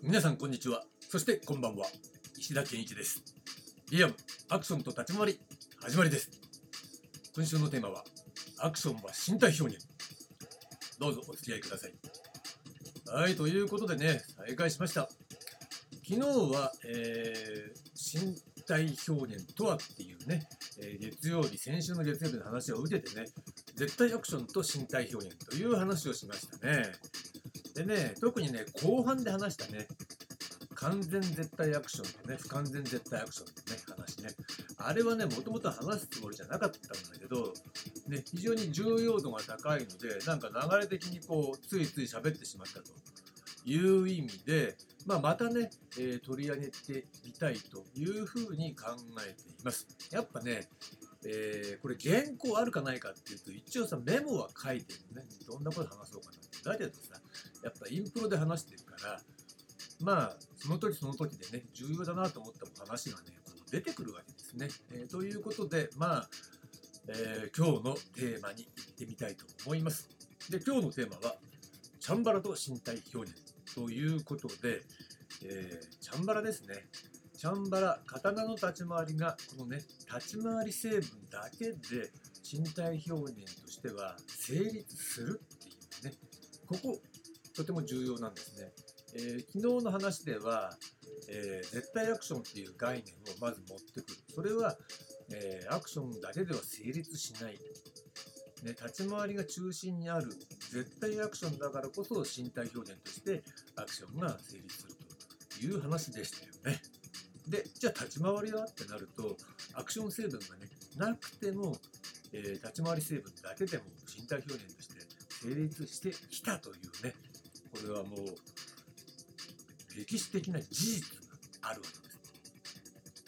皆さんこんにちは。そしてこんばんは。石田健一です。リアムアクションと立ち回り始まりです。今週のテーマはアクションは身体表現。どうぞお付き合いください。はい、ということでね、再開しました。昨日は、身体表現とはっていうね、先週の月曜日の話を受けてね、絶対アクションと身体表現という話をしましたね。でね、特にね、後半で話したね、完全絶対アクションとね、不完全絶対アクションのね、話ね。あれはね、もともと話すつもりじゃなかったんだけど、ね、非常に重要度が高いので、なんか流れ的にこう、ついつい喋ってしまったという意味で、またね、取り上げてみたいというふうに考えています。やっぱね、これ原稿あるかないかっていうと、一応さ、メモは書いてるね。どんなこと話そうかなって。だけどさ、やっぱインプロで話してるから、その時その時でね、重要だなと思った話がね、こう出てくるわけですね。ということで、今日のテーマに行ってみたいと思います。で、今日のテーマは、チャンバラと身体表現ということで、チャンバラですね。チャンバラ、刀の立ち回りが、このね、立ち回り成分だけで身体表現としては成立するっていうね、こことても重要なんですね。昨日の話では、絶対アクションっていう概念をまず持ってくる。それは、アクションだけでは成立しない。ね、立ち回りが中心にある絶対アクションだからこそ身体表現としてアクションが成立するという話でしたよね。で、じゃあ立ち回りはってなると、アクション成分がね、なくても、立ち回り成分だけでも身体表現として成立してきたというね、これはもう歴史的な事実があるわけです。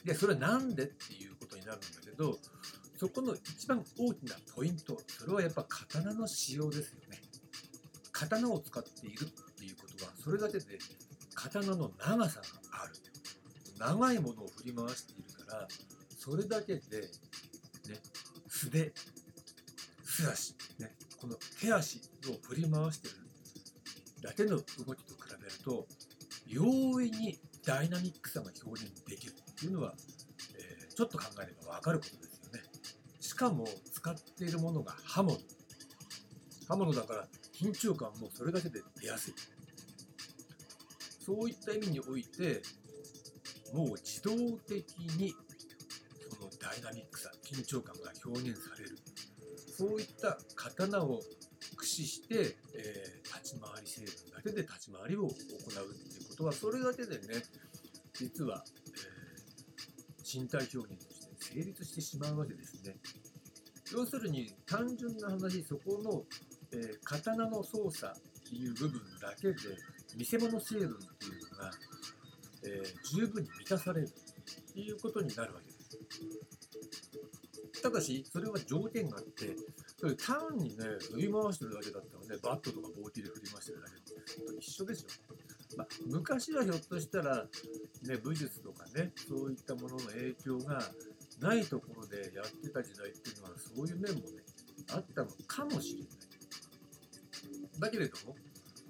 で、それはなんでっていうことになるんだけど、そこの一番大きなポイント、それはやっぱ刀の使用ですよね。刀を使っているっていうことは、それだけで刀の長さがある。長いものを振り回しているから、それだけで、ね、素手、素足、ね、この手足を振り回しているだけの動きと比べると、容易にダイナミックさが表現できるっていうのは、ちょっと考えれば分かることですよね。しかも使っているものが刃物。刃物だから緊張感もそれだけで出やすい。そういった意味において、もう自動的にそのダイナミックさ、緊張感が表現される。そういった刀を駆使して、立ち回り成分だけで立ち回りを行うっていうことは、それだけでね、実は、身体表現として成立してしまうわけですね。要するに単純な話、そこの、刀の操作っていう部分だけで見せ物成分っていうのが、十分に満たされるっていうことになるわけです。ただし、それは条件があって、それ単にね、振り回してるだけだったらね、バットとかボーティで振り回してるだけと一緒ですよ。昔はひょっとしたら、ね、武術とかね、そういったものの影響がないところでやってた時代っていうのは、そういう面もね、あったのかもしれない。だけれども、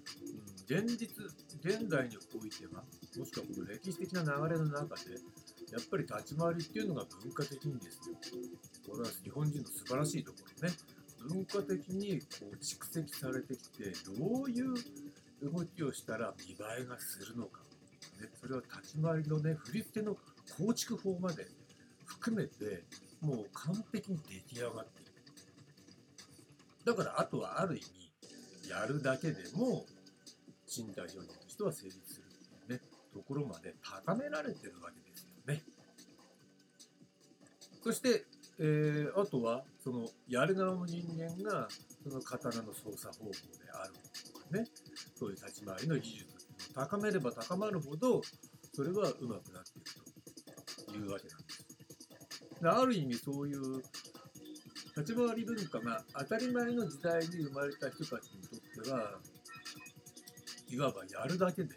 現代においては、もしくはこの歴史的な流れの中で、やっぱり立ち回りっていうのが文化的にですよ。これは日本人の素晴らしいところね。文化的にこう蓄積されてきて、どういう動きをしたら見栄えがするのか。ね、それは立ち回りのね、振り付けの構築法まで含めて、もう完璧に出来上がっている。だからあとはある意味、やるだけでも身体表現としては成立するっていうね、ところまで高められてるわけですよね。そして、あとはそのやる側の人間がその刀の操作方法であるとかね、そういう立ち回りの技術を高めれば高まるほどそれは上手くなっていくというわけなんです。で、ある意味そういう立ち回り文化が当たり前の時代に生まれた人たちにとってはいわばやるだけで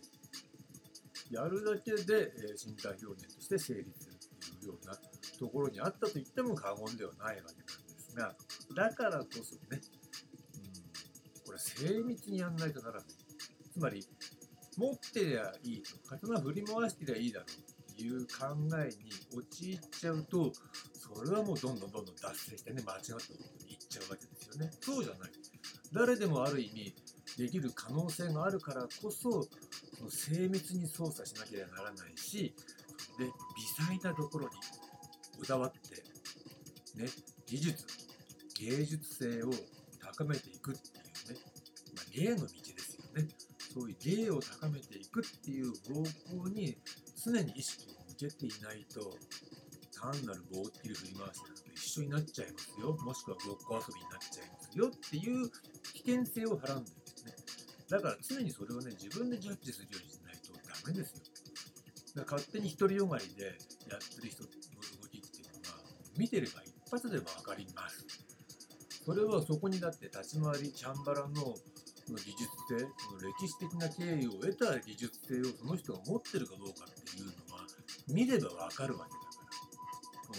身体表現として成立するっていうようなところにあったと言っても過言ではないわけなんですが、だからこそね、これ精密にやんないとならない。つまり持ってりゃいいと、刀振り回してりゃいいだろうっていう考えに陥っちゃうと、それはもうどんどん脱線してね、間違ったことにいっちゃうわけですよね。そうじゃない。誰でもある意味できる可能性があるからこそ、その精密に操作しなければならないし、で微細なところにこだわってね、技術、芸術性を高めていくっていうね、芸の道ですよね。そういう芸を高めていくっていう方向に常に意識を向けていないと、単なる棒っきり振り回してると一緒になっちゃいますよ、もしくはごっこ遊びになっちゃいますよっていう危険性をはらんでるんですね。だから常にそれをね、自分でジャッジするようにしないとダメですよ。だから勝手に独りよがりでやってる人の動きっていうのは見てれば一発でも分かります。それはそこにだって立ち回りチャンバラの技術性、その歴史的な経緯を得た技術性をその人が持ってるかどうかっていうのは見れば分かるわけだから。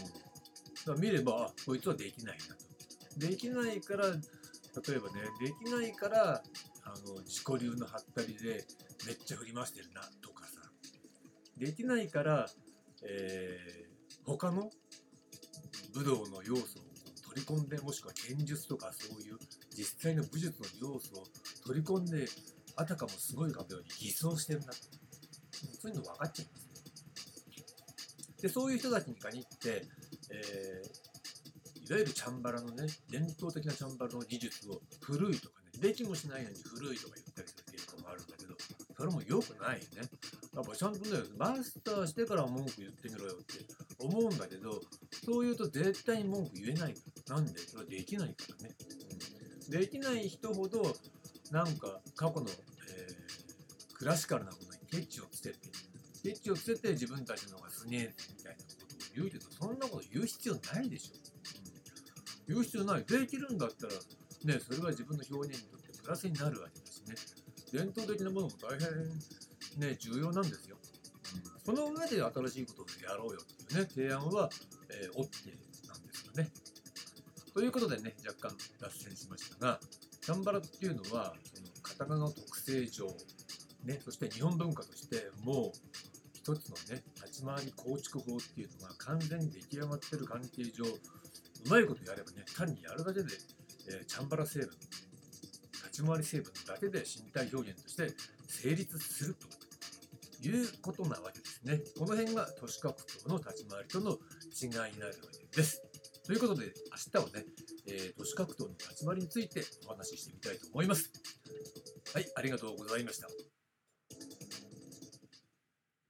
だから見れば、あ、こいつはできないなと。できないから、例えばね、できないから自己流のハッタリでめっちゃ振り回してるなとかさ、できないから、他の武道の要素を取り込んで、もしくは剣術とかそういう実際の武術の要素を取り込んで、あたかもすごいかのように偽装してるなと、そういうの分かっちゃいますね。でそういう人たちに限って、いわゆるチャンバラのね、伝統的なチャンバラの技術を古いとかね、できもしないのに古いとか言ったりする傾向もあるんだけど、それも良くないよね。やっぱちゃんとね、マスターしてから文句言ってみろよって思うんだけど、そう言うと絶対に文句言えないから。なんでそれはできないからね。できない人ほど、なんか過去の、クラシカルなものにケチをつけて自分たちの方がすげえみたいなことを言うけど、そんなこと言う必要ないでしょ。言う必要ない。できるんだったら、ね、それは自分の表現にとってプラスになるわけだしね。伝統的なものも大変、ね、重要なんですよ。その上で新しいことをやろうよっていうね、提案は、OK なんですよね。ということでね、若干脱線しましたが、チャンバラっていうのは、その刀の特性上、ね、そして日本文化としてもう一つのね、立ち回り構築法っていうのが完全に出来上がってる関係上、うまいことやればね、単にやるだけで、チャンバラ成分、立ち回り成分だけで身体表現として成立するということなわけですね。この辺が都市格闘の立ち回りとの違いになるわけです。ということで、明日はね、都市格闘の立ち回りについてお話ししてみたいと思います。はい、ありがとうございました。